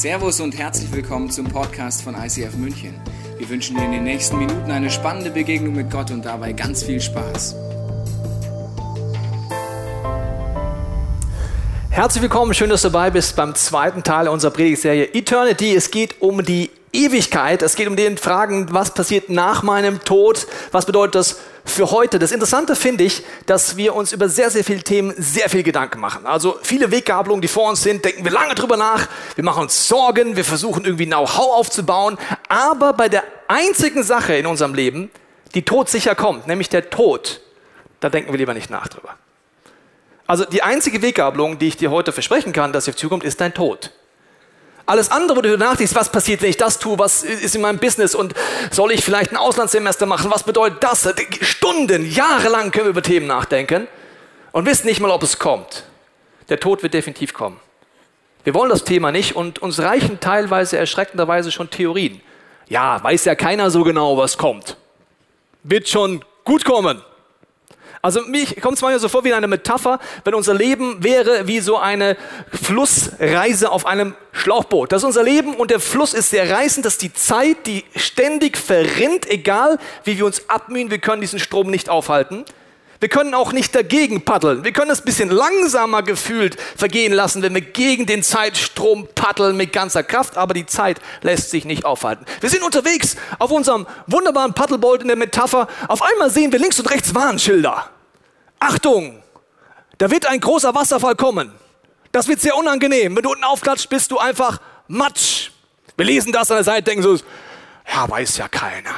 Servus und herzlich willkommen zum Podcast von ICF München. Wir wünschen dir in den nächsten Minuten eine spannende Begegnung mit Gott und dabei ganz viel Spaß. Herzlich willkommen, schön, dass du dabei bist beim zweiten Teil unserer Predigtserie Eternity. Es geht um die Ewigkeit, es geht um die Fragen, was passiert nach meinem Tod, was bedeutet das für heute. Das Interessante finde ich, dass wir uns über sehr, sehr viele Themen sehr viel Gedanken machen. Also viele Weggabelungen, die vor uns sind, denken wir lange drüber nach, wir machen uns Sorgen, wir versuchen irgendwie Know-how aufzubauen, aber bei der einzigen Sache in unserem Leben, die todsicher kommt, nämlich der Tod, da denken wir lieber nicht nach drüber. Also die einzige Weggabelung, die ich dir heute versprechen kann, dass sie auf dich zukommt, ist dein Tod. Alles andere, wo du nachdenkst, was passiert, wenn ich das tue, was ist in meinem Business und soll ich vielleicht ein Auslandssemester machen, was bedeutet das? Stunden, jahrelang können wir über Themen nachdenken und wissen nicht mal, ob es kommt. Der Tod wird definitiv kommen. Wir wollen das Thema nicht und uns reichen teilweise erschreckenderweise schon Theorien. Ja, weiß ja keiner so genau, was kommt. Wird schon gut kommen. Also mir kommt es manchmal so vor wie eine Metapher, wenn unser Leben wäre wie so eine Flussreise auf einem Schlauchboot. Das ist unser Leben und der Fluss ist sehr reißend, das ist die Zeit, die ständig verrinnt, egal wie wir uns abmühen, wir können diesen Strom nicht aufhalten. Wir können auch nicht dagegen paddeln. Wir können es ein bisschen langsamer gefühlt vergehen lassen, wenn wir gegen den Zeitstrom paddeln mit ganzer Kraft, aber die Zeit lässt sich nicht aufhalten. Wir sind unterwegs auf unserem wunderbaren Paddleboard in der Metapher. Auf einmal sehen wir links und rechts Warnschilder. Achtung, da wird ein großer Wasserfall kommen. Das wird sehr unangenehm. Wenn du unten aufklatscht, bist du einfach Matsch. Wir lesen das an der Seite, denken so, ja, weiß ja keiner.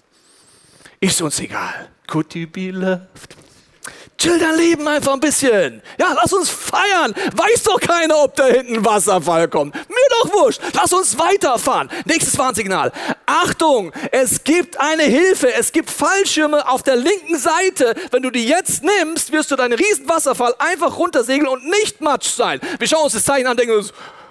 Ist uns egal. Could you be loved? Chill dein Leben einfach ein bisschen. Ja, lass uns feiern. Weiß doch keiner, ob da hinten ein Wasserfall kommt. Mir doch wurscht. Lass uns weiterfahren. Nächstes Warnsignal. Achtung, es gibt eine Hilfe. Es gibt Fallschirme auf der linken Seite. Wenn du die jetzt nimmst, wirst du deinen riesen Wasserfall einfach runtersegeln und nicht Matsch sein. Wir schauen uns das Zeichen an und denken uns,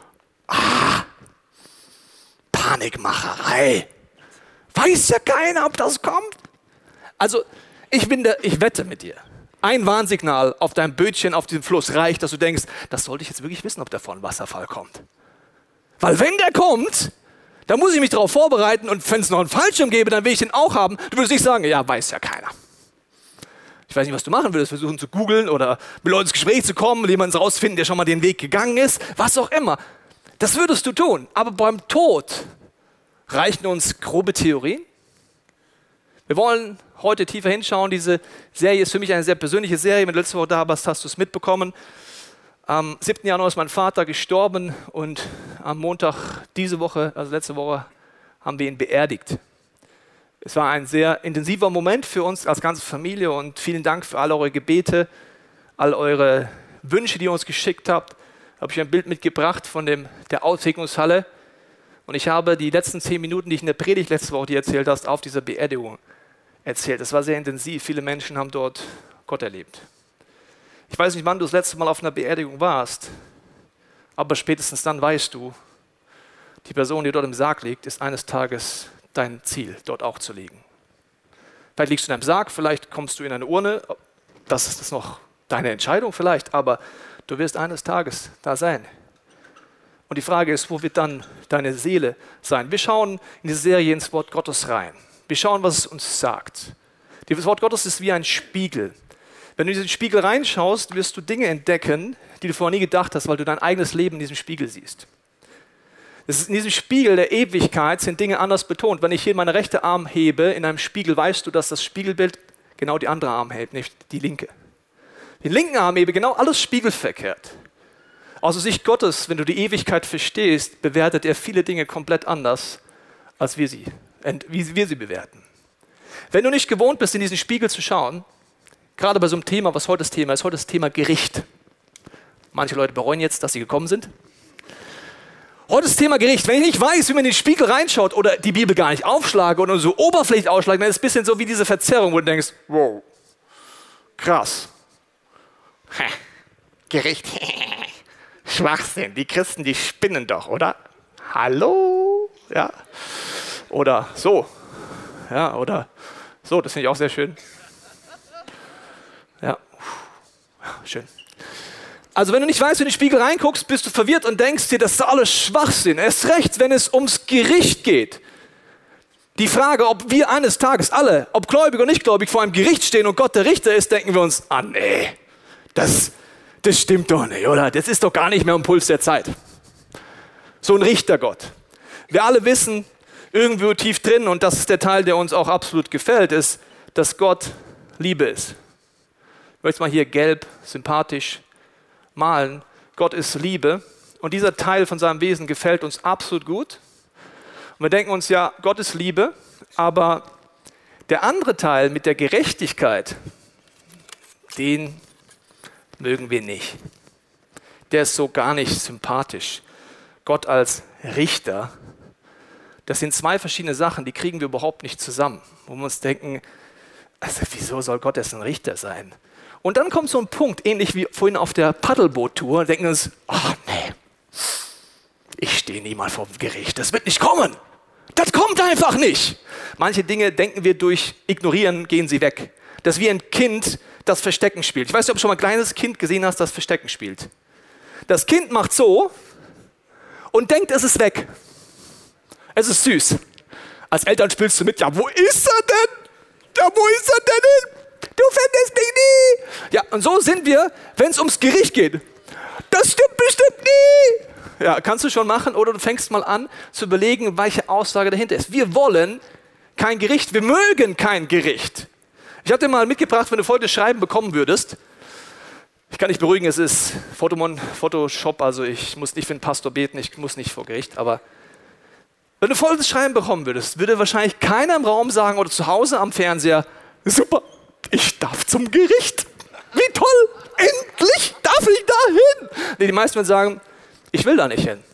Panikmacherei. Weiß ja keiner, ob das kommt. Also, ich wette mit dir. Ein Warnsignal auf deinem Bötchen auf diesem Fluss reicht, dass du denkst, das sollte ich jetzt wirklich wissen, ob da vorne ein Wasserfall kommt. Weil wenn der kommt, dann muss ich mich darauf vorbereiten und wenn es noch einen Fallschirm gäbe, dann will ich den auch haben. Du würdest nicht sagen, ja, weiß ja keiner. Ich weiß nicht, was du machen würdest, versuchen zu googeln oder mit Leuten ins Gespräch zu kommen, jemanden rausfinden, der schon mal den Weg gegangen ist, was auch immer. Das würdest du tun. Aber beim Tod reichen uns grobe Theorien. Wir wollen heute tiefer hinschauen. Diese Serie ist für mich eine sehr persönliche Serie. Wenn du letzte Woche da warst, hast du es mitbekommen. Am 7. Januar ist mein Vater gestorben und am Montag diese Woche, also letzte Woche, haben wir ihn beerdigt. Es war ein sehr intensiver Moment für uns als ganze Familie und vielen Dank für all eure Gebete, all eure Wünsche, die ihr uns geschickt habt. Habe ich ein Bild mitgebracht von der Aussegnungshalle und ich habe die letzten 10 Minuten, die ich in der Predigt letzte Woche dir erzählt hast, auf dieser Beerdigung erzählt. Es war sehr intensiv. Viele Menschen haben dort Gott erlebt. Ich weiß nicht, wann du das letzte Mal auf einer Beerdigung warst, aber spätestens dann weißt du, die Person, die dort im Sarg liegt, ist eines Tages dein Ziel, dort auch zu liegen. Vielleicht liegst du in einem Sarg, vielleicht kommst du in eine Urne, das ist noch deine Entscheidung vielleicht, aber du wirst eines Tages da sein. Und die Frage ist, wo wird dann deine Seele sein? Wir schauen in diese Serie ins Wort Gottes rein. Wir schauen, was es uns sagt. Das Wort Gottes ist wie ein Spiegel. Wenn du in diesen Spiegel reinschaust, wirst du Dinge entdecken, die du vorher nie gedacht hast, weil du dein eigenes Leben in diesem Spiegel siehst. In diesem Spiegel der Ewigkeit sind Dinge anders betont. Wenn ich hier meine rechte Arm hebe in einem Spiegel, weißt du, dass das Spiegelbild genau die andere Arm hält, nicht die linke. Den linken Arm hebe, genau alles spiegelverkehrt. Aus der Sicht Gottes, wenn du die Ewigkeit verstehst, bewertet er viele Dinge komplett anders, als wie wir sie bewerten. Wenn du nicht gewohnt bist, in diesen Spiegel zu schauen, gerade bei so einem Thema, was heute das Thema ist, heute das Thema Gericht. Manche Leute bereuen jetzt, dass sie gekommen sind. Heute ist das Thema Gericht. Wenn ich nicht weiß, wie man in den Spiegel reinschaut oder die Bibel gar nicht aufschlage oder so oberflächlich ausschlage, dann ist es ein bisschen so wie diese Verzerrung, wo du denkst, wow, krass. Gericht. Schwachsinn. Die Christen, die spinnen doch, oder? Hallo? Ja. Oder so. Ja, oder so. Das finde ich auch sehr schön. Ja. Schön. Also wenn du nicht weißt, wie du in den Spiegel reinguckst, bist du verwirrt und denkst dir, das ist alles Schwachsinn. Erst recht, wenn es ums Gericht geht. Die Frage, ob wir eines Tages alle, ob gläubig oder nicht gläubig, vor einem Gericht stehen und Gott der Richter ist, denken wir uns, nee, das stimmt doch nicht, oder? Das ist doch gar nicht mehr am Puls der Zeit. So ein Richtergott. Wir alle wissen, irgendwo tief drin, und das ist der Teil, der uns auch absolut gefällt, ist, dass Gott Liebe ist. Ich möchte es mal hier gelb, sympathisch malen. Gott ist Liebe und dieser Teil von seinem Wesen gefällt uns absolut gut. Und wir denken uns, ja, Gott ist Liebe, aber der andere Teil mit der Gerechtigkeit, den mögen wir nicht. Der ist so gar nicht sympathisch. Gott als Richter, das sind zwei verschiedene Sachen, die kriegen wir überhaupt nicht zusammen. Wo wir uns denken, also wieso soll Gott jetzt ein Richter sein? Und dann kommt so ein Punkt, ähnlich wie vorhin auf der Paddelboot-Tour, und denken uns, ach nee, ich stehe niemals vor dem Gericht, das wird nicht kommen. Das kommt einfach nicht. Manche Dinge denken wir durch Ignorieren, gehen sie weg. Das ist wie ein Kind, das Verstecken spielt. Ich weiß nicht, ob du schon mal ein kleines Kind gesehen hast, das Verstecken spielt. Das Kind macht so und denkt, es ist weg. Es ist süß. Als Eltern spielst du mit, ja, wo ist er denn? Ja, wo ist er denn hin? Du findest mich nie. Ja, und so sind wir, wenn es ums Gericht geht. Das stimmt bestimmt nie. Ja, kannst du schon machen, oder du fängst mal an zu überlegen, welche Aussage dahinter ist. Wir wollen kein Gericht, wir mögen kein Gericht. Ich habe dir mal mitgebracht, wenn du folgendes Schreiben bekommen würdest. Ich kann dich beruhigen, es ist Photoshop, also ich muss nicht für den Pastor beten, ich muss nicht vor Gericht, aber wenn du folgendes Schreiben bekommen würdest, würde wahrscheinlich keiner im Raum sagen oder zu Hause am Fernseher, super, ich darf zum Gericht. Wie toll, endlich darf ich da hin. Nee, die meisten würden sagen, ich will da nicht hin.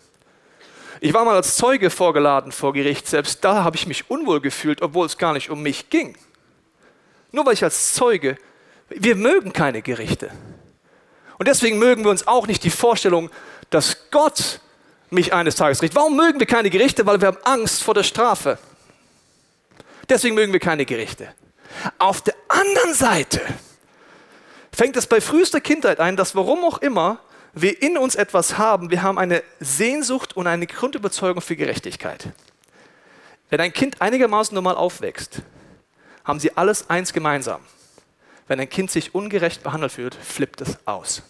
Ich war mal als Zeuge vorgeladen vor Gericht, selbst da habe ich mich unwohl gefühlt, obwohl es gar nicht um mich ging. Nur weil ich als Zeuge, wir mögen keine Gerichte. Und deswegen mögen wir uns auch nicht die Vorstellung, dass Gott mich eines Tages richtet. Warum mögen wir keine Gerichte? Weil wir haben Angst vor der Strafe. Deswegen mögen wir keine Gerichte. Auf der anderen Seite fängt es bei frühester Kindheit ein, dass warum auch immer wir in uns etwas haben, wir haben eine Sehnsucht und eine Grundüberzeugung für Gerechtigkeit. Wenn ein Kind einigermaßen normal aufwächst, haben sie alles eins gemeinsam. Wenn ein Kind sich ungerecht behandelt fühlt, flippt es aus.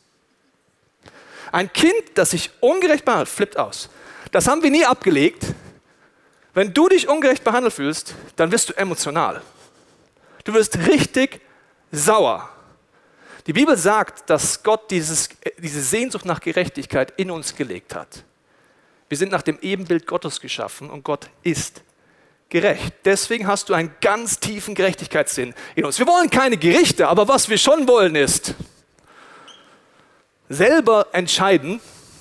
Ein Kind, das sich ungerecht behandelt, flippt aus. Das haben wir nie abgelegt. Wenn du dich ungerecht behandelt fühlst, dann wirst du emotional. Du wirst richtig sauer. Die Bibel sagt, dass Gott diese Sehnsucht nach Gerechtigkeit in uns gelegt hat. Wir sind nach dem Ebenbild Gottes geschaffen und Gott ist gerecht. Deswegen hast du einen ganz tiefen Gerechtigkeitssinn in uns. Wir wollen keine Gerichte, aber was wir schon wollen ist, selber entscheiden,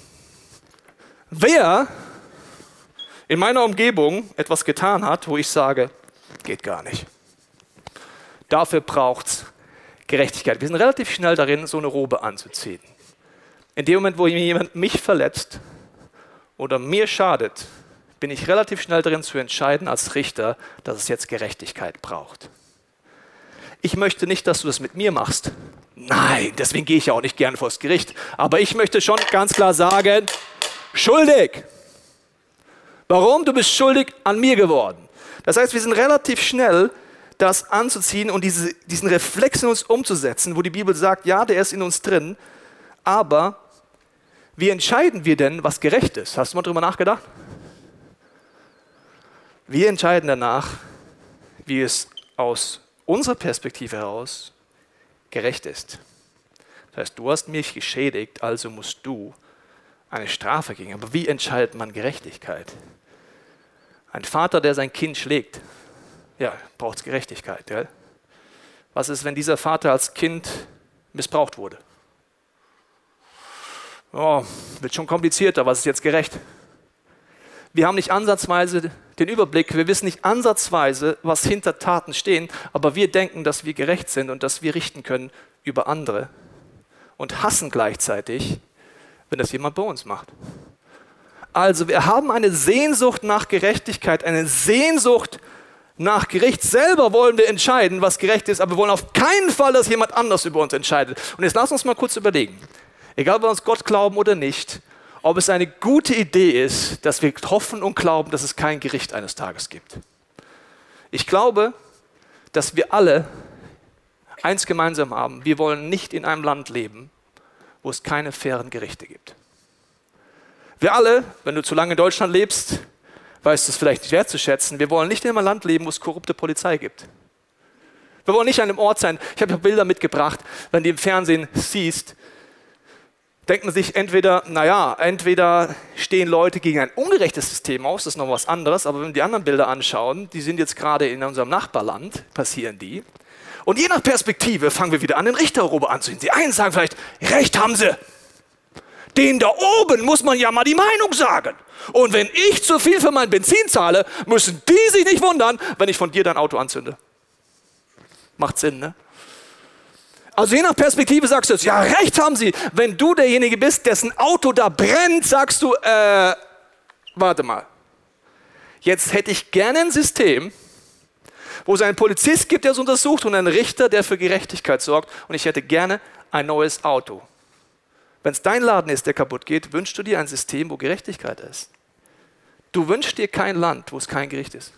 wer in meiner Umgebung etwas getan hat, wo ich sage, geht gar nicht. Dafür braucht es Gerechtigkeit. Wir sind relativ schnell darin, so eine Robe anzuziehen. In dem Moment, wo jemand mich verletzt oder mir schadet, bin ich relativ schnell darin zu entscheiden als Richter, dass es jetzt Gerechtigkeit braucht. Ich möchte nicht, dass du das mit mir machst. Nein, deswegen gehe ich ja auch nicht gerne vors Gericht. Aber ich möchte schon ganz klar sagen, schuldig. Warum? Du bist schuldig an mir geworden. Das heißt, wir sind relativ schnell, das anzuziehen und diesen Reflex in uns umzusetzen, wo die Bibel sagt, ja, der ist in uns drin, aber wie entscheiden wir denn, was gerecht ist? Hast du mal drüber nachgedacht? Wir entscheiden danach, wie es aus unserer Perspektive heraus gerecht ist. Das heißt, du hast mich geschädigt, also musst du eine Strafe geben. Aber wie entscheidet man Gerechtigkeit? Ein Vater, der sein Kind schlägt, ja, braucht es Gerechtigkeit. Gell? Was ist, wenn dieser Vater als Kind missbraucht wurde? Oh, wird schon komplizierter, was ist jetzt gerecht? Wir haben nicht ansatzweise den Überblick, wir wissen nicht ansatzweise, was hinter Taten stehen, aber wir denken, dass wir gerecht sind und dass wir richten können über andere und hassen gleichzeitig, wenn das jemand bei uns macht. Also wir haben eine Sehnsucht nach Gerechtigkeit, eine Sehnsucht nach Gericht. Selber wollen wir entscheiden, was gerecht ist, aber wir wollen auf keinen Fall, dass jemand anders über uns entscheidet. Und jetzt lass uns mal kurz überlegen. egal ob wir uns Gott glauben oder nicht, ob es eine gute Idee ist, dass wir hoffen und glauben, dass es kein Gericht eines Tages gibt. Ich glaube, dass wir alle eins gemeinsam haben. Wir wollen nicht in einem Land leben, wo es keine fairen Gerichte gibt. Wir alle, wenn du zu lange in Deutschland lebst, weißt du es vielleicht nicht wertzuschätzen, wir wollen nicht in einem Land leben, wo es korrupte Polizei gibt. Wir wollen nicht an einem Ort sein. Ich habe Bilder mitgebracht, wenn du im Fernsehen siehst, denkt man sich entweder stehen Leute gegen ein ungerechtes System aus, das ist noch was anderes, aber wenn wir die anderen Bilder anschauen, die sind jetzt gerade in unserem Nachbarland, passieren die. Und je nach Perspektive fangen wir wieder an, den Richterrobe anzuziehen. Die einen sagen vielleicht, Recht haben sie. Denen da oben muss man ja mal die Meinung sagen. Und wenn ich zu viel für mein Benzin zahle, müssen die sich nicht wundern, wenn ich von dir dein Auto anzünde. Macht Sinn, ne? Also je nach Perspektive sagst du jetzt, ja, Recht haben sie. Wenn du derjenige bist, dessen Auto da brennt, sagst du, warte mal. Jetzt hätte ich gerne ein System, wo es einen Polizist gibt, der es untersucht und einen Richter, der für Gerechtigkeit sorgt. Und ich hätte gerne ein neues Auto. Wenn es dein Laden ist, der kaputt geht, wünschst du dir ein System, wo Gerechtigkeit ist. Du wünschst dir kein Land, wo es kein Gericht ist.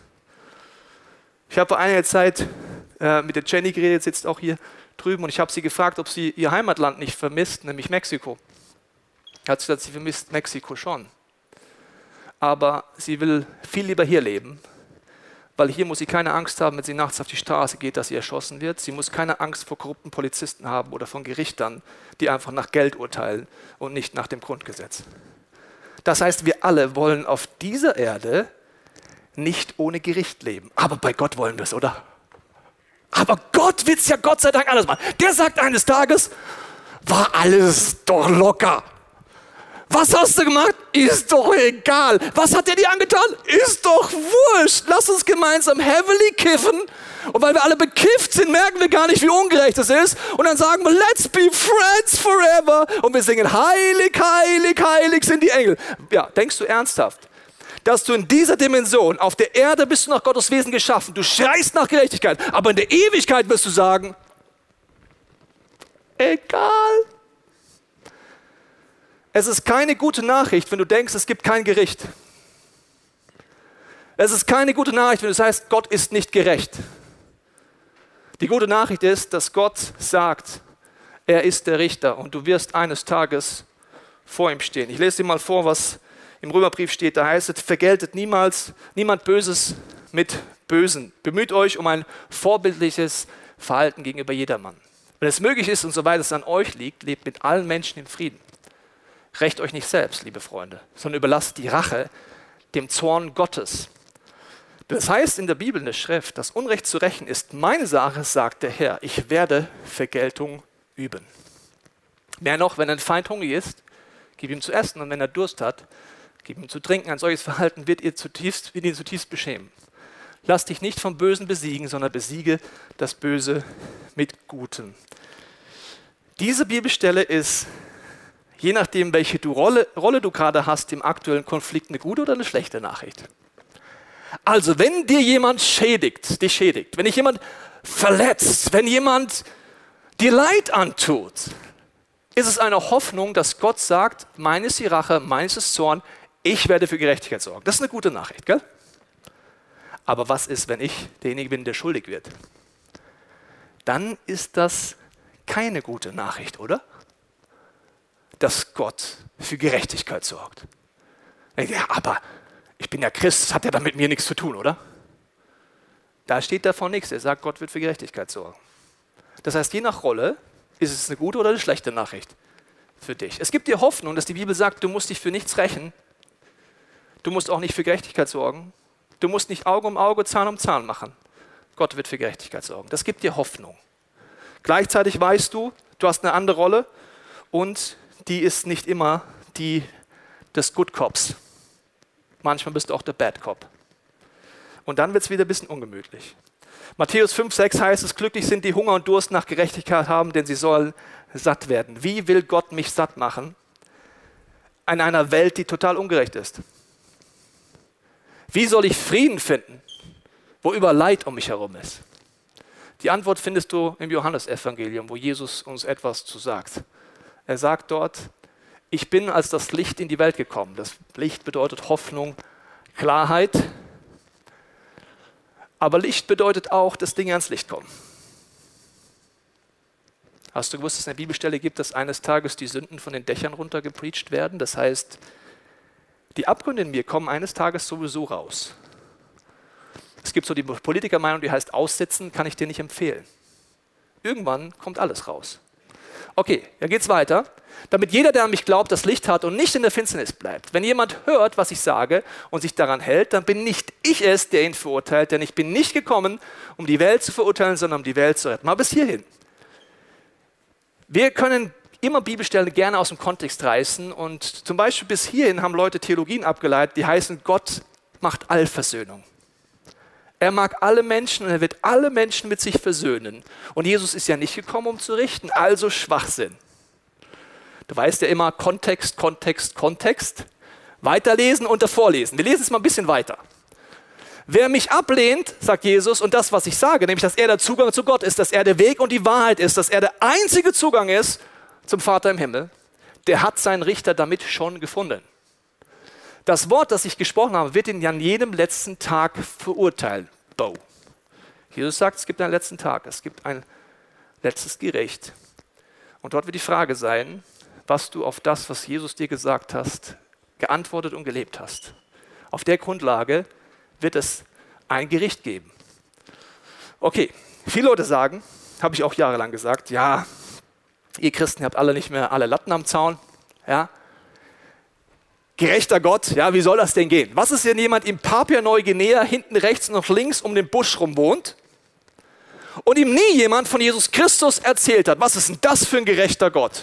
Ich habe vor einiger Zeit mit der Jenny geredet, sitzt auch hier drüben, und ich habe sie gefragt, ob sie ihr Heimatland nicht vermisst, nämlich Mexiko. Hat sie gesagt, sie vermisst Mexiko schon. Aber sie will viel lieber hier leben, weil hier muss sie keine Angst haben, wenn sie nachts auf die Straße geht, dass sie erschossen wird. Sie muss keine Angst vor korrupten Polizisten haben oder von Gerichtern, die einfach nach Geld urteilen und nicht nach dem Grundgesetz. Das heißt, wir alle wollen auf dieser Erde nicht ohne Gericht leben. Aber bei Gott wollen wir es, oder? Aber Gott wird es ja Gott sei Dank anders machen. Der sagt eines Tages, war alles doch locker. Was hast du gemacht? Ist doch egal. Was hat der dir angetan? Ist doch wurscht. Lass uns gemeinsam heavily kiffen. Und weil wir alle bekifft sind, merken wir gar nicht, wie ungerecht es ist. Und dann sagen wir, let's be friends forever. Und wir singen, heilig, heilig, heilig sind die Engel. Ja, denkst du ernsthaft, dass du in dieser Dimension, auf der Erde bist du nach Gottes Wesen geschaffen, du schreist nach Gerechtigkeit, aber in der Ewigkeit wirst du sagen, egal. Es ist keine gute Nachricht, wenn du denkst, es gibt kein Gericht. Es ist keine gute Nachricht, wenn du sagst, Gott ist nicht gerecht. Die gute Nachricht ist, dass Gott sagt, er ist der Richter und du wirst eines Tages vor ihm stehen. Ich lese dir mal vor, was im Römerbrief steht. Da heißt es, vergeltet niemand Böses mit Bösen. Bemüht euch um ein vorbildliches Verhalten gegenüber jedermann. Wenn es möglich ist und soweit es an euch liegt, lebt mit allen Menschen im Frieden. Rächt euch nicht selbst, liebe Freunde, sondern überlasst die Rache dem Zorn Gottes. Das heißt in der Bibel, in der Schrift, das Unrecht zu rächen ist meine Sache, sagt der Herr. Ich werde Vergeltung üben. Mehr noch, wenn ein Feind hungrig ist, gib ihm zu essen, und wenn er Durst hat, gib ihm zu trinken. Ein solches Verhalten wird ihn zutiefst beschämen. Lass dich nicht vom Bösen besiegen, sondern besiege das Böse mit Gutem. Diese Bibelstelle ist, je nachdem, welche Rolle du gerade hast im aktuellen Konflikt, eine gute oder eine schlechte Nachricht. Also, wenn dir jemand dich schädigt, wenn dich jemand verletzt, wenn jemand dir Leid antut, ist es eine Hoffnung, dass Gott sagt, mein ist die Rache, mein ist das Zorn, ich werde für Gerechtigkeit sorgen. Das ist eine gute Nachricht, gell? Aber was ist, wenn ich derjenige bin, der schuldig wird? Dann ist das keine gute Nachricht, oder? Dass Gott für Gerechtigkeit sorgt. Ja, aber ich bin ja Christ, das hat ja dann mit mir nichts zu tun, oder? Da steht davon nichts. Er sagt, Gott wird für Gerechtigkeit sorgen. Das heißt, je nach Rolle ist es eine gute oder eine schlechte Nachricht für dich. Es gibt dir Hoffnung, dass die Bibel sagt, du musst dich für nichts rächen. Du musst auch nicht für Gerechtigkeit sorgen. Du musst nicht Auge um Auge, Zahn um Zahn machen. Gott wird für Gerechtigkeit sorgen. Das gibt dir Hoffnung. Gleichzeitig weißt du, du hast eine andere Rolle und die ist nicht immer die des Good Cops. Manchmal bist du auch der Bad Cop. Und dann wird es wieder ein bisschen ungemütlich. Matthäus 5,6 heißt es, glücklich sind die Hunger und Durst nach Gerechtigkeit haben, denn sie sollen satt werden. Wie will Gott mich satt machen in einer Welt, die total ungerecht ist? Wie soll ich Frieden finden, wo über Leid um mich herum ist? Die Antwort findest du im Johannesevangelium, wo Jesus uns etwas zu sagt. Er sagt dort, ich bin als das Licht in die Welt gekommen. Das Licht bedeutet Hoffnung, Klarheit. Aber Licht bedeutet auch, dass Dinge ans Licht kommen. Hast du gewusst, dass es eine Bibelstelle gibt, dass eines Tages die Sünden von den Dächern runter gepreacht werden? Das heißt, die Abgründe in mir kommen eines Tages sowieso raus. Es gibt so die Politikermeinung, die heißt aussitzen, kann ich dir nicht empfehlen. Irgendwann kommt alles raus. Okay, dann geht's weiter. Damit jeder, der an mich glaubt, das Licht hat und nicht in der Finsternis bleibt. Wenn jemand hört, was ich sage und sich daran hält, dann bin nicht ich es, der ihn verurteilt, denn ich bin nicht gekommen, um die Welt zu verurteilen, sondern um die Welt zu retten. Mal bis hierhin. Wir können immer Bibelstellen gerne aus dem Kontext reißen und zum Beispiel bis hierhin haben Leute Theologien abgeleitet, die heißen, Gott macht Allversöhnung. Er mag alle Menschen und er wird alle Menschen mit sich versöhnen. Und Jesus ist ja nicht gekommen, um zu richten, also Schwachsinn. Du weißt ja immer Kontext, Kontext, Kontext. Weiterlesen und davor lesen. Wir lesen es mal ein bisschen weiter. Wer mich ablehnt, sagt Jesus, und das, was ich sage, nämlich, dass er der Zugang zu Gott ist, dass er der Weg und die Wahrheit ist, dass er der einzige Zugang ist zum Vater im Himmel, der hat seinen Richter damit schon gefunden. Das Wort, das ich gesprochen habe, wird ihn an jedem letzten Tag verurteilen. Bow. Jesus sagt, es gibt einen letzten Tag, es gibt ein letztes Gericht. Und dort wird die Frage sein, was du auf das, was Jesus dir gesagt hast, geantwortet und gelebt hast. Auf der Grundlage wird es ein Gericht geben. Okay, viele Leute sagen, habe ich auch jahrelang gesagt, ja, ihr Christen habt alle nicht mehr alle Latten am Zaun. Ja. Gerechter Gott, ja, wie soll das denn gehen? Was ist, wenn jemand in Papua-Neuguinea hinten rechts und noch links um den Busch rum wohnt und ihm nie jemand von Jesus Christus erzählt hat? Was ist denn das für ein gerechter Gott?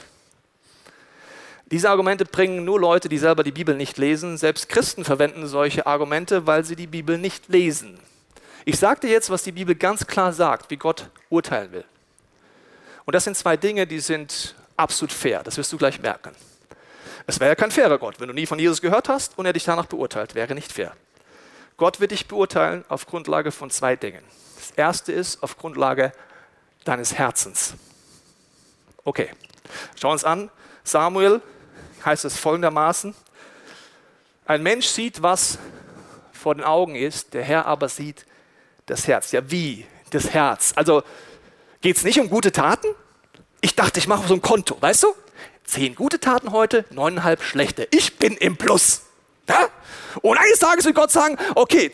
Diese Argumente bringen nur Leute, die selber die Bibel nicht lesen. Selbst Christen verwenden solche Argumente, weil sie die Bibel nicht lesen. Ich sage dir jetzt, was die Bibel ganz klar sagt, wie Gott urteilen will. Und das sind zwei Dinge, die sind absolut fair. Das wirst du gleich merken. Es wäre ja kein fairer Gott, wenn du nie von Jesus gehört hast und er dich danach beurteilt. Wäre nicht fair. Gott wird dich beurteilen auf Grundlage von zwei Dingen. Das erste ist auf Grundlage deines Herzens. Okay, schauen wir uns an. Samuel heißt es folgendermaßen: Ein Mensch sieht, was vor den Augen ist, der Herr aber sieht das Herz. Ja, wie? Das Herz. Also geht es nicht um gute Taten? Ich dachte, ich mache so ein Konto, weißt du? 10 gute Taten heute, 9,5 schlechte. Ich bin im Plus. Ja? Und eines Tages wird Gott sagen, okay,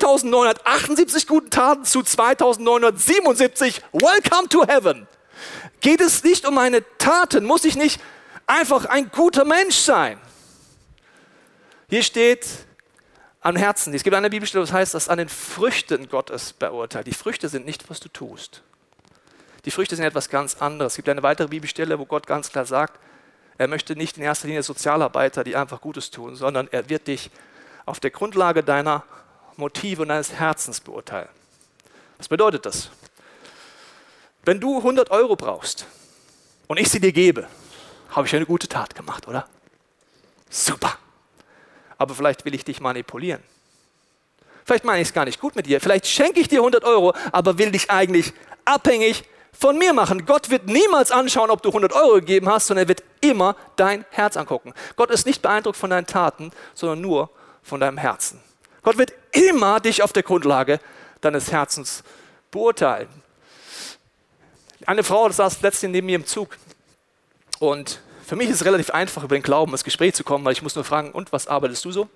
2978 guten Taten zu 2977, welcome to heaven. Geht es nicht um meine Taten? Muss ich nicht einfach ein guter Mensch sein? Hier steht am Herzen. Es gibt eine Bibelstelle, das heißt, dass an den Früchten Gott es beurteilt. Die Früchte sind nicht, was du tust. Die Früchte sind etwas ganz anderes. Es gibt eine weitere Bibelstelle, wo Gott ganz klar sagt, er möchte nicht in erster Linie Sozialarbeiter, die einfach Gutes tun, sondern er wird dich auf der Grundlage deiner Motive und deines Herzens beurteilen. Was bedeutet das? Wenn du 100 Euro brauchst und ich sie dir gebe, habe ich eine gute Tat gemacht, oder? Super. Aber vielleicht will ich dich manipulieren. Vielleicht meine ich es gar nicht gut mit dir. Vielleicht schenke ich dir 100 Euro, aber will dich eigentlich abhängig von mir machen. Gott wird niemals anschauen, ob du 100 Euro gegeben hast, sondern er wird immer dein Herz angucken. Gott ist nicht beeindruckt von deinen Taten, sondern nur von deinem Herzen. Gott wird immer dich auf der Grundlage deines Herzens beurteilen. Eine Frau saß letztens neben mir im Zug und für mich ist es relativ einfach, über den Glauben ins Gespräch zu kommen, weil ich muss nur fragen, und was arbeitest du so?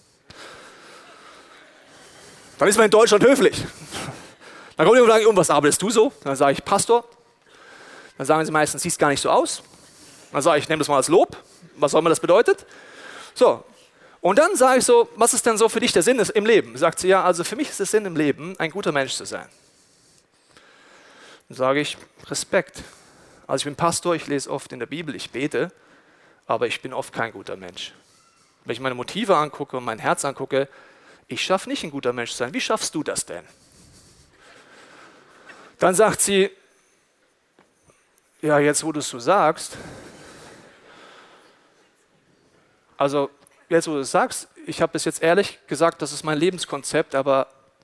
Dann ist man in Deutschland höflich. Dann kommt jemand und sagt, und was arbeitest du so? Dann sage ich, Pastor. Dann sagen sie meistens, siehst gar nicht so aus. Dann sage ich, nehme das mal als Lob. Was soll man das bedeutet? So. Und dann sage ich so, was ist denn so für dich der Sinn im Leben? Sagt sie, ja, also für mich ist der Sinn im Leben, ein guter Mensch zu sein. Dann sage ich, Respekt. Also ich bin Pastor, ich lese oft in der Bibel, ich bete, aber ich bin oft kein guter Mensch. Wenn ich meine Motive angucke und mein Herz angucke, ich schaffe nicht ein guter Mensch zu sein. Wie schaffst du das denn? Dann sagt sie, ja, jetzt wo du es so sagst, also jetzt wo du es sagst, ich habe bis jetzt ehrlich gesagt, das ist mein Lebenskonzept, aber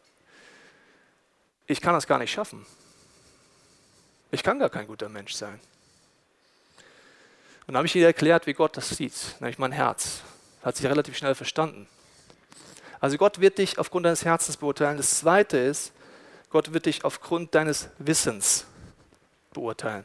ich kann das gar nicht schaffen. Ich kann gar kein guter Mensch sein. Und dann habe ich ihr erklärt, wie Gott das sieht, nämlich mein Herz. Hat sich relativ schnell verstanden. Also Gott wird dich aufgrund deines Herzens beurteilen. Das Zweite ist, Gott wird dich aufgrund deines Wissens beurteilen.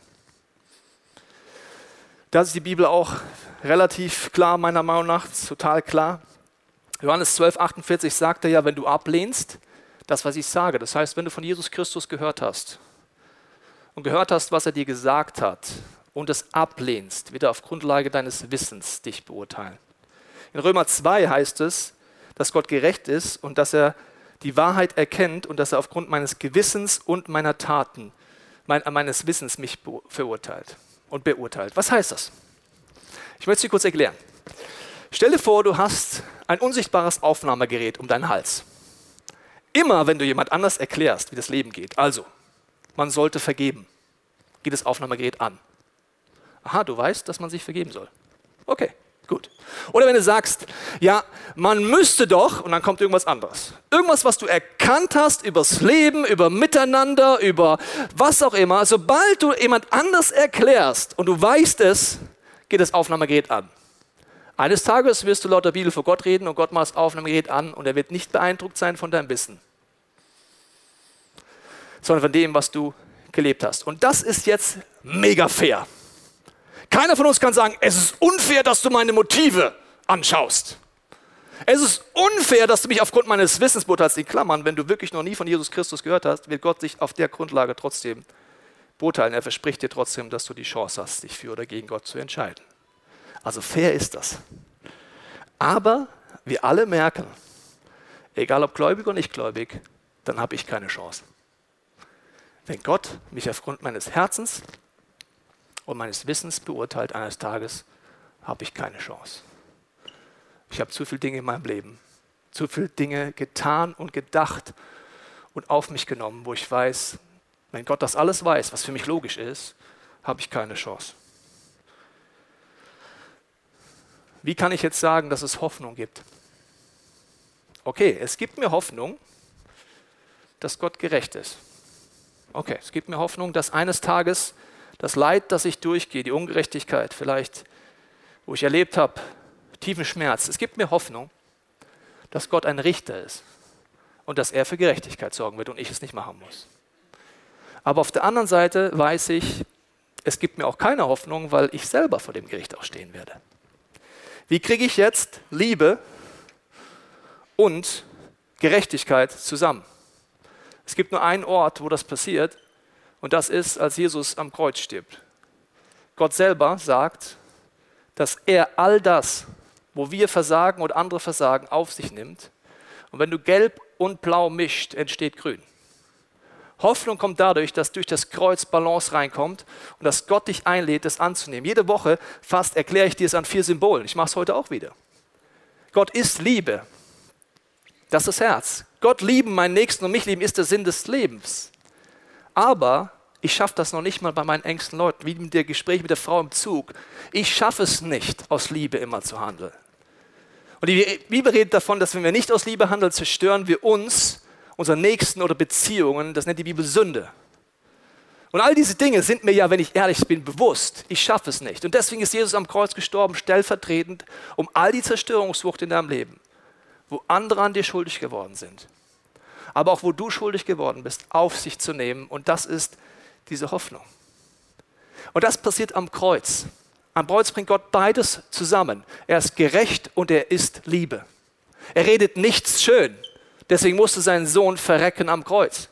Da ist die Bibel auch relativ klar, meiner Meinung nach, total klar. Johannes 12,48 sagt er ja, wenn du ablehnst, das, was ich sage. Das heißt, wenn du von Jesus Christus gehört hast und gehört hast, was er dir gesagt hat und es ablehnst, wird er auf Grundlage deines Wissens dich beurteilen. In Römer 2 heißt es, dass Gott gerecht ist und dass er die Wahrheit erkennt und dass er aufgrund meines Gewissens und meiner Taten, meines Wissens mich verurteilt und beurteilt. Was heißt das? Ich möchte es dir kurz erklären. Stell dir vor, du hast ein unsichtbares Aufnahmegerät um deinen Hals. Immer wenn du jemand anders erklärst, wie das Leben geht, also man sollte vergeben, geht das Aufnahmegerät an. Aha, du weißt, dass man sich vergeben soll. Okay, gut. Oder wenn du sagst, ja, man müsste doch, und dann kommt irgendwas anderes. Irgendwas, was du erkannt hast übers Leben, über Miteinander, über was auch immer. Sobald du jemand anders erklärst und du weißt es, geht das Aufnahmegerät an. Eines Tages wirst du laut der Bibel vor Gott reden und Gott macht das Aufnahmegerät an und er wird nicht beeindruckt sein von deinem Wissen, sondern von dem, was du gelebt hast. Und das ist jetzt mega fair. Keiner von uns kann sagen, es ist unfair, dass du meine Motive anschaust. Es ist unfair, dass du mich aufgrund meines Wissens beurteilst. In Klammern, wenn du wirklich noch nie von Jesus Christus gehört hast, wird Gott sich auf der Grundlage trotzdem beurteilen. Er verspricht dir trotzdem, dass du die Chance hast, dich für oder gegen Gott zu entscheiden. Also fair ist das. Aber wir alle merken, egal ob gläubig oder nicht gläubig, dann habe ich keine Chance. Wenn Gott mich aufgrund meines Herzens und meines Wissens beurteilt eines Tages, habe ich keine Chance. Ich habe zu viele Dinge in meinem Leben, zu viele Dinge getan und gedacht und auf mich genommen, wo ich weiß, wenn Gott das alles weiß, was für mich logisch ist, habe ich keine Chance. Wie kann ich jetzt sagen, dass es Hoffnung gibt? Okay, es gibt mir Hoffnung, dass Gott gerecht ist. Okay, es gibt mir Hoffnung, dass eines Tages das Leid, das ich durchgehe, die Ungerechtigkeit vielleicht, wo ich erlebt habe, tiefen Schmerz, es gibt mir Hoffnung, dass Gott ein Richter ist und dass er für Gerechtigkeit sorgen wird und ich es nicht machen muss. Aber auf der anderen Seite weiß ich, es gibt mir auch keine Hoffnung, weil ich selber vor dem Gericht auch stehen werde. Wie kriege ich jetzt Liebe und Gerechtigkeit zusammen? Es gibt nur einen Ort, wo das passiert, und das ist, als Jesus am Kreuz stirbt. Gott selber sagt, dass er all das, wo wir versagen oder andere versagen, auf sich nimmt. Und wenn du gelb und blau mischt, entsteht grün. Hoffnung kommt dadurch, dass durch das Kreuz Balance reinkommt und dass Gott dich einlädt, das anzunehmen. Jede Woche fast erkläre ich dir es an 4 Symbolen. Ich mache es heute auch wieder. Gott ist Liebe. Das ist das Herz. Gott lieben, meinen Nächsten und mich lieben, ist der Sinn des Lebens. Aber ich schaffe das noch nicht mal bei meinen engsten Leuten, wie mit dem Gespräch mit der Frau im Zug. Ich schaffe es nicht, aus Liebe immer zu handeln. Und die Bibel redet davon, dass wenn wir nicht aus Liebe handeln, zerstören wir uns, unseren Nächsten oder Beziehungen. Das nennt die Bibel Sünde. Und all diese Dinge sind mir ja, wenn ich ehrlich bin, bewusst. Ich schaffe es nicht. Und deswegen ist Jesus am Kreuz gestorben, stellvertretend, um all die Zerstörungswucht in deinem Leben, wo andere an dir schuldig geworden sind, aber auch wo du schuldig geworden bist, auf sich zu nehmen. Und das ist diese Hoffnung. Und das passiert am Kreuz. Am Kreuz bringt Gott beides zusammen. Er ist gerecht und er ist Liebe. Er redet nichts schön. Deswegen musste sein Sohn verrecken am Kreuz.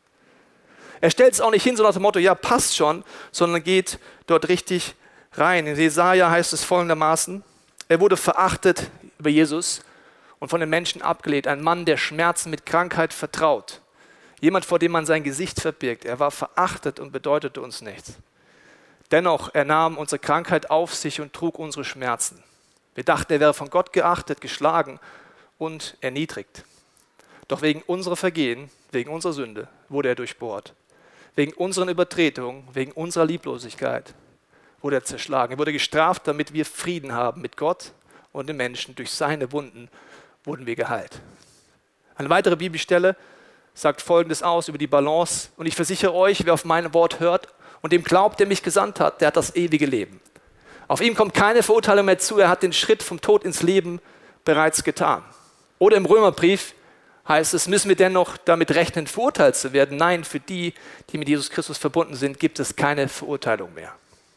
Er stellt es auch nicht hin, so nach dem Motto, ja, passt schon, sondern geht dort richtig rein. In Jesaja heißt es folgendermaßen, er wurde verachtet über Jesus und von den Menschen abgelehnt. Ein Mann, der Schmerzen mit Krankheit vertraut. Jemand, vor dem man sein Gesicht verbirgt. Er war verachtet und bedeutete uns nichts. Dennoch, er nahm unsere Krankheit auf sich und trug unsere Schmerzen. Wir dachten, er wäre von Gott geachtet, geschlagen und erniedrigt. Doch wegen unserer Vergehen, wegen unserer Sünde, wurde er durchbohrt. Wegen unseren Übertretungen, wegen unserer Lieblosigkeit wurde er zerschlagen. Er wurde gestraft, damit wir Frieden haben mit Gott und den Menschen. Durch seine Wunden wurden wir geheilt. Eine weitere Bibelstelle sagt Folgendes aus über die Balance. Und ich versichere euch, wer auf mein Wort hört und dem glaubt, der mich gesandt hat, der hat das ewige Leben. Auf ihm kommt keine Verurteilung mehr zu. Er hat den Schritt vom Tod ins Leben bereits getan. Oder im Römerbrief heißt es, müssen wir dennoch damit rechnen, verurteilt zu werden? Nein, für die, die mit Jesus Christus verbunden sind, gibt es keine Verurteilung mehr.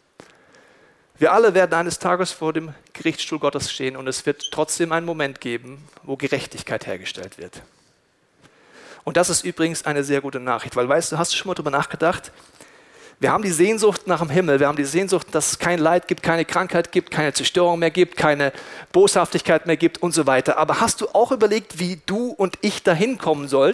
Wir alle werden eines Tages vor dem Gerichtsstuhl Gottes stehen und es wird trotzdem einen Moment geben, wo Gerechtigkeit hergestellt wird. Und das ist übrigens eine sehr gute Nachricht, weil weißt du, hast du schon mal darüber nachgedacht? Wir haben die Sehnsucht nach dem Himmel, wir haben die Sehnsucht, dass es kein Leid gibt, keine Krankheit gibt, keine Zerstörung mehr gibt, keine Boshaftigkeit mehr gibt und so weiter. Aber hast du auch überlegt, wie du und ich dahin kommen sollen?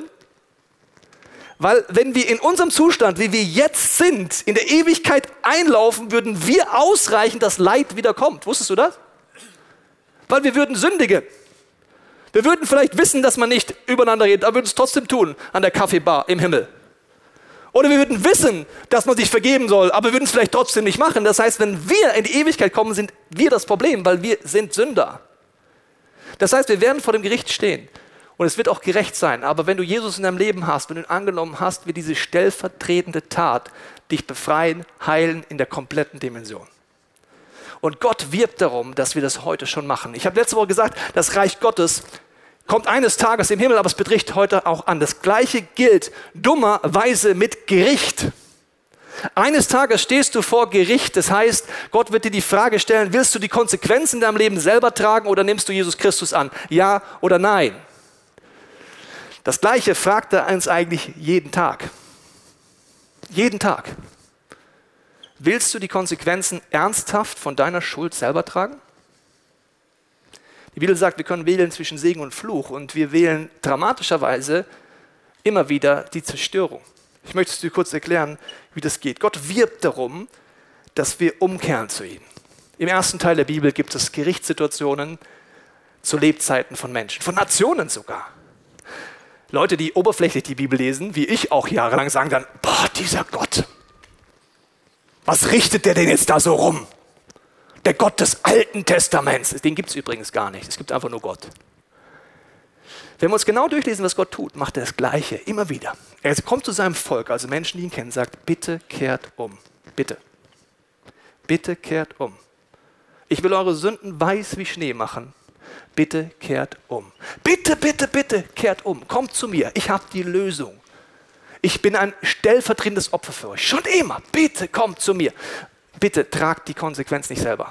Weil wenn wir in unserem Zustand, wie wir jetzt sind, in der Ewigkeit einlaufen, würden wir ausreichen, dass Leid wieder kommt. Wusstest du das? Weil wir würden sündigen. Wir würden vielleicht wissen, dass man nicht übereinander redet, aber würden es trotzdem tun an der Kaffeebar im Himmel. Oder wir würden wissen, dass man sich vergeben soll, aber wir würden es vielleicht trotzdem nicht machen. Das heißt, wenn wir in die Ewigkeit kommen, sind wir das Problem, weil wir sind Sünder. Das heißt, wir werden vor dem Gericht stehen und es wird auch gerecht sein. Aber wenn du Jesus in deinem Leben hast, wenn du ihn angenommen hast, wird diese stellvertretende Tat dich befreien, heilen in der kompletten Dimension. Und Gott wirbt darum, dass wir das heute schon machen. Ich habe letzte Woche gesagt, das Reich Gottes kommt eines Tages im Himmel, aber es betrifft heute auch an. Das Gleiche gilt dummerweise mit Gericht. Eines Tages stehst du vor Gericht. Das heißt, Gott wird dir die Frage stellen, willst du die Konsequenzen in deinem Leben selber tragen oder nimmst du Jesus Christus an? Ja oder nein? Das Gleiche fragt er uns eigentlich jeden Tag. Jeden Tag. Willst du die Konsequenzen ernsthaft von deiner Schuld selber tragen? Die Bibel sagt, wir können wählen zwischen Segen und Fluch und wir wählen dramatischerweise immer wieder die Zerstörung. Ich möchte es dir kurz erklären, wie das geht. Gott wirbt darum, dass wir umkehren zu ihm. Im ersten Teil der Bibel gibt es Gerichtssituationen zu Lebzeiten von Menschen, von Nationen sogar. Leute, die oberflächlich die Bibel lesen, wie ich auch jahrelang, sagen dann, boah, dieser Gott, was richtet der denn jetzt da so rum? Der Gott des Alten Testaments. Den gibt es übrigens gar nicht. Es gibt einfach nur Gott. Wenn wir uns genau durchlesen, was Gott tut, macht er das Gleiche immer wieder. Er kommt zu seinem Volk, also Menschen, die ihn kennen, sagt, bitte kehrt um. Bitte. Bitte kehrt um. Ich will eure Sünden weiß wie Schnee machen. Bitte kehrt um. Bitte, bitte, bitte kehrt um. Kommt zu mir. Ich habe die Lösung. Ich bin ein stellvertretendes Opfer für euch. Schon immer. Bitte kommt zu mir. Bitte tragt die Konsequenz nicht selber.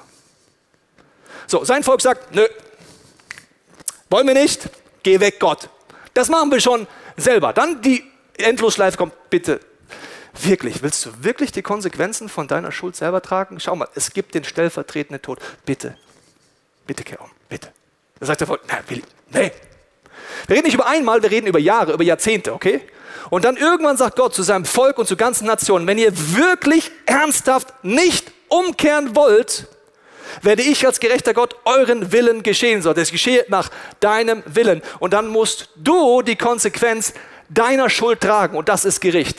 So, sein Volk sagt, nö, wollen wir nicht, geh weg Gott. Das machen wir schon selber. Dann die Endlosschleife kommt, bitte, wirklich, willst du wirklich die Konsequenzen von deiner Schuld selber tragen? Schau mal, es gibt den stellvertretenden Tod. Bitte, bitte kehr um, bitte. Da sagt der Volk, nee. Wir reden nicht über einmal, wir reden über Jahre, über Jahrzehnte, okay? Und dann irgendwann sagt Gott zu seinem Volk und zur ganzen Nation, wenn ihr wirklich ernsthaft nicht umkehren wollt, werde ich als gerechter Gott euren Willen geschehen soll. Das geschehe nach deinem Willen. Und dann musst du die Konsequenz deiner Schuld tragen und das ist Gericht.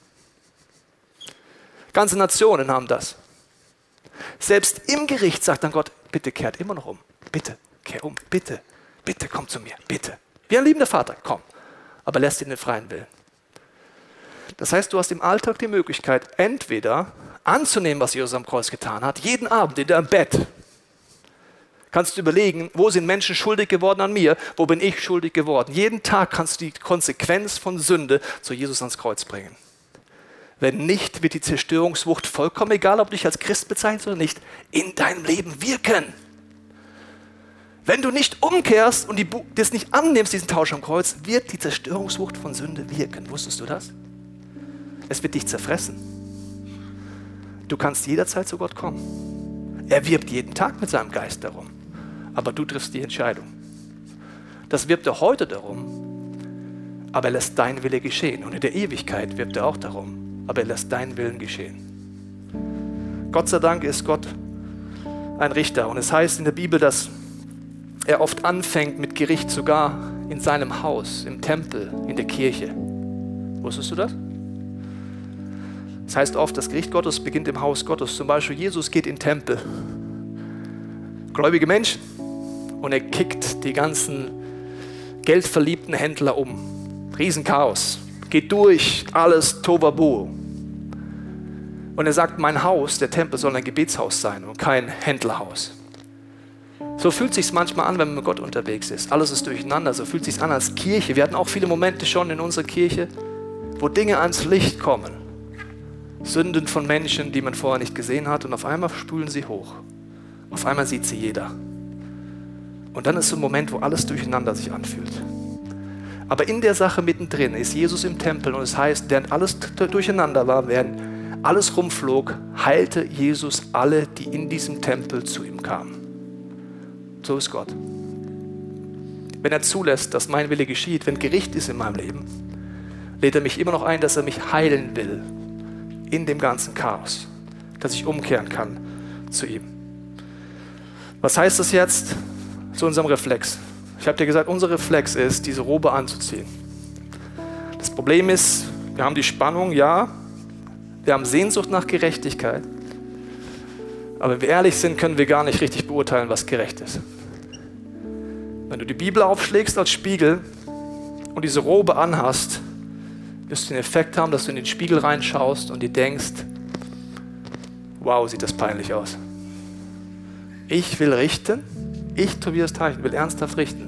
Ganze Nationen haben das. Selbst im Gericht sagt dann Gott, bitte kehrt immer noch um. Bitte, kehr um. Bitte, bitte komm zu mir. Bitte. Wie ein liebender Vater, komm. Aber lässt ihn den freien Willen. Das heißt, du hast im Alltag die Möglichkeit, entweder anzunehmen, was Jesus am Kreuz getan hat, jeden Abend in deinem Bett. Kannst du überlegen, wo sind Menschen schuldig geworden an mir, wo bin ich schuldig geworden. Jeden Tag kannst du die Konsequenz von Sünde zu Jesus ans Kreuz bringen. Wenn nicht, wird die Zerstörungswucht vollkommen, egal ob du dich als Christ bezeichnest oder nicht, in deinem Leben wirken. Wenn du nicht umkehrst und das nicht annimmst, diesen Tausch am Kreuz, wird die Zerstörungswucht von Sünde wirken. Wusstest du das? Es wird dich zerfressen. Du kannst jederzeit zu Gott kommen. Er wirbt jeden Tag mit seinem Geist darum. Aber du triffst die Entscheidung. Das wirbt er heute darum, aber er lässt dein Wille geschehen. Und in der Ewigkeit wirbt er auch darum, aber er lässt deinen Willen geschehen. Gott sei Dank ist Gott ein Richter. Und es heißt in der Bibel, dass er oft anfängt mit Gericht, sogar in seinem Haus, im Tempel, in der Kirche. Wusstest du das? Das heißt oft, das Gericht Gottes beginnt im Haus Gottes. Zum Beispiel, Jesus geht in den Tempel. Gläubige Menschen. Und er kickt die ganzen geldverliebten Händler um. Riesenchaos. Geht durch, alles Tohuwabohu. Und er sagt, mein Haus, der Tempel, soll ein Gebetshaus sein und kein Händlerhaus. So fühlt es sich manchmal an, wenn man mit Gott unterwegs ist. Alles ist durcheinander, so fühlt es sich an als Kirche. Wir hatten auch viele Momente schon in unserer Kirche, wo Dinge ans Licht kommen. Sünden von Menschen, die man vorher nicht gesehen hat, und auf einmal spülen sie hoch. Auf einmal sieht sie jeder. Und dann ist so ein Moment, wo alles durcheinander sich anfühlt. Aber in der Sache mittendrin ist Jesus im Tempel, und es heißt, während alles durcheinander war, während alles rumflog, heilte Jesus alle, die in diesem Tempel zu ihm kamen. So ist Gott. Wenn er zulässt, dass mein Wille geschieht, wenn Gericht ist in meinem Leben, lädt er mich immer noch ein, dass er mich heilen will in dem ganzen Chaos, dass ich umkehren kann zu ihm. Was heißt das jetzt zu unserem Reflex? Ich habe dir gesagt, unser Reflex ist, diese Robe anzuziehen. Das Problem ist, wir haben die Spannung, ja, wir haben Sehnsucht nach Gerechtigkeit, aber wenn wir ehrlich sind, können wir gar nicht richtig beurteilen, was gerecht ist. Wenn du die Bibel aufschlägst als Spiegel und diese Robe anhast, wirst du den Effekt haben, dass du in den Spiegel reinschaust und dir denkst, wow, sieht das peinlich aus. Ich will richten, ich, Tobias Teichen, will ernsthaft richten.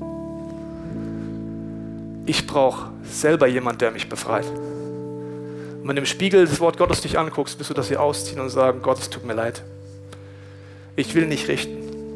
Ich brauche selber jemanden, der mich befreit. Und wenn du im Spiegel das Wort Gottes dich anguckst, wirst du das hier ausziehen und sagen, Gott, es tut mir leid. Ich will nicht richten.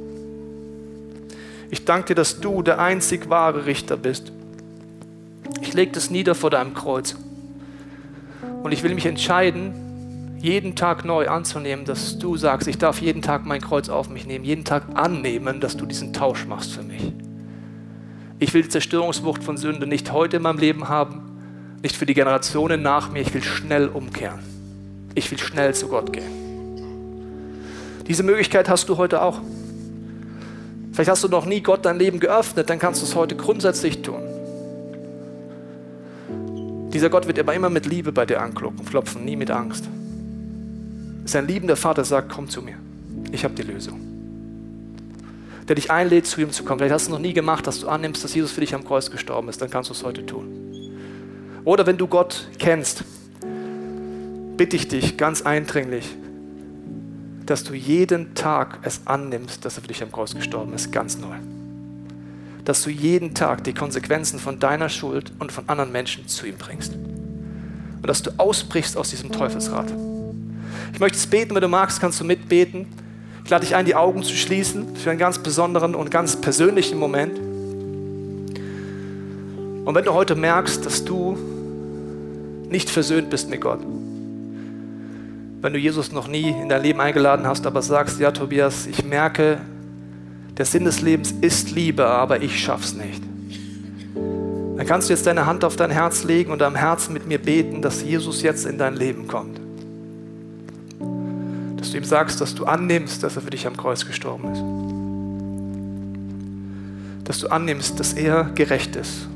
Ich danke dir, dass du der einzig wahre Richter bist. Ich lege das nieder vor deinem Kreuz. Und ich will mich entscheiden, jeden Tag neu anzunehmen, dass du sagst, ich darf jeden Tag mein Kreuz auf mich nehmen, jeden Tag annehmen, dass du diesen Tausch machst für mich. Ich will die Zerstörungswucht von Sünde nicht heute in meinem Leben haben, nicht für die Generationen nach mir, ich will schnell umkehren. Ich will schnell zu Gott gehen. Diese Möglichkeit hast du heute auch. Vielleicht hast du noch nie Gott dein Leben geöffnet, dann kannst du es heute grundsätzlich tun. Dieser Gott wird aber immer mit Liebe bei dir anklopfen, nie mit Angst. Sein liebender Vater sagt, komm zu mir, ich habe die Lösung. Der dich einlädt, zu ihm zu kommen. Vielleicht hast du es noch nie gemacht, dass du annimmst, dass Jesus für dich am Kreuz gestorben ist, dann kannst du es heute tun. Oder wenn du Gott kennst, bitte ich dich ganz eindringlich, dass du jeden Tag es annimmst, dass er für dich am Kreuz gestorben ist, ganz neu. Dass du jeden Tag die Konsequenzen von deiner Schuld und von anderen Menschen zu ihm bringst. Und dass du ausbrichst aus diesem Teufelsrad. Ich möchte es beten, wenn du magst, kannst du mitbeten. Ich lade dich ein, die Augen zu schließen für einen ganz besonderen und ganz persönlichen Moment. Und wenn du heute merkst, dass du nicht versöhnt bist mit Gott, wenn du Jesus noch nie in dein Leben eingeladen hast, aber sagst, ja Tobias, ich merke, der Sinn des Lebens ist Liebe, aber ich schaff's nicht. Dann kannst du jetzt deine Hand auf dein Herz legen und am Herzen mit mir beten, dass Jesus jetzt in dein Leben kommt. Dass du ihm sagst, dass du annimmst, dass er für dich am Kreuz gestorben ist. Dass du annimmst, dass er gerecht ist.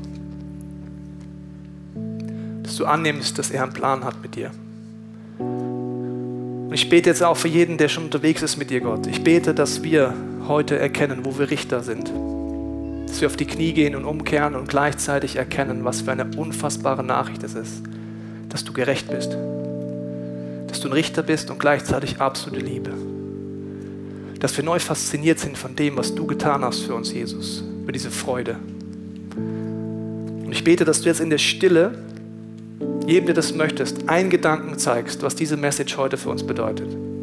Dass du annimmst, dass er einen Plan hat mit dir. Und ich bete jetzt auch für jeden, der schon unterwegs ist mit dir, Gott. Ich bete, dass wir heute erkennen, wo wir Richter sind. Dass wir auf die Knie gehen und umkehren und gleichzeitig erkennen, was für eine unfassbare Nachricht es ist, dass du gerecht bist. Dass du ein Richter bist und gleichzeitig absolute Liebe. Dass wir neu fasziniert sind von dem, was du getan hast für uns, Jesus. Über diese Freude. Und ich bete, dass du jetzt in der Stille jedem, der das möchtest, einen Gedanken zeigst, was diese Message heute für uns bedeutet.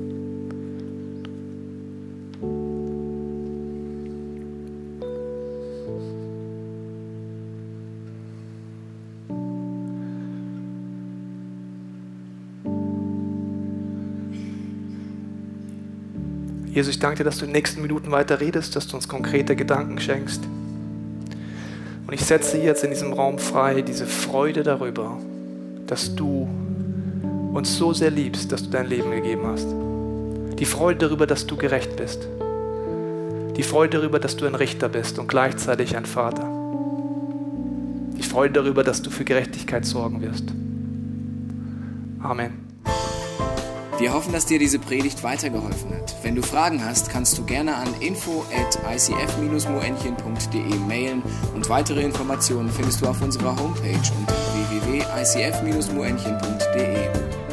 Jesus, ich danke dir, dass du in den nächsten Minuten weiter redest, dass du uns konkrete Gedanken schenkst. Und ich setze jetzt in diesem Raum frei diese Freude darüber, dass du uns so sehr liebst, dass du dein Leben gegeben hast. Die Freude darüber, dass du gerecht bist. Die Freude darüber, dass du ein Richter bist und gleichzeitig ein Vater. Die Freude darüber, dass du für Gerechtigkeit sorgen wirst. Amen. Wir hoffen, dass dir diese Predigt weitergeholfen hat. Wenn du Fragen hast, kannst du gerne an info@icf-moenchen.de mailen und weitere Informationen findest du auf unserer Homepage unter www.icf-moenchen.de.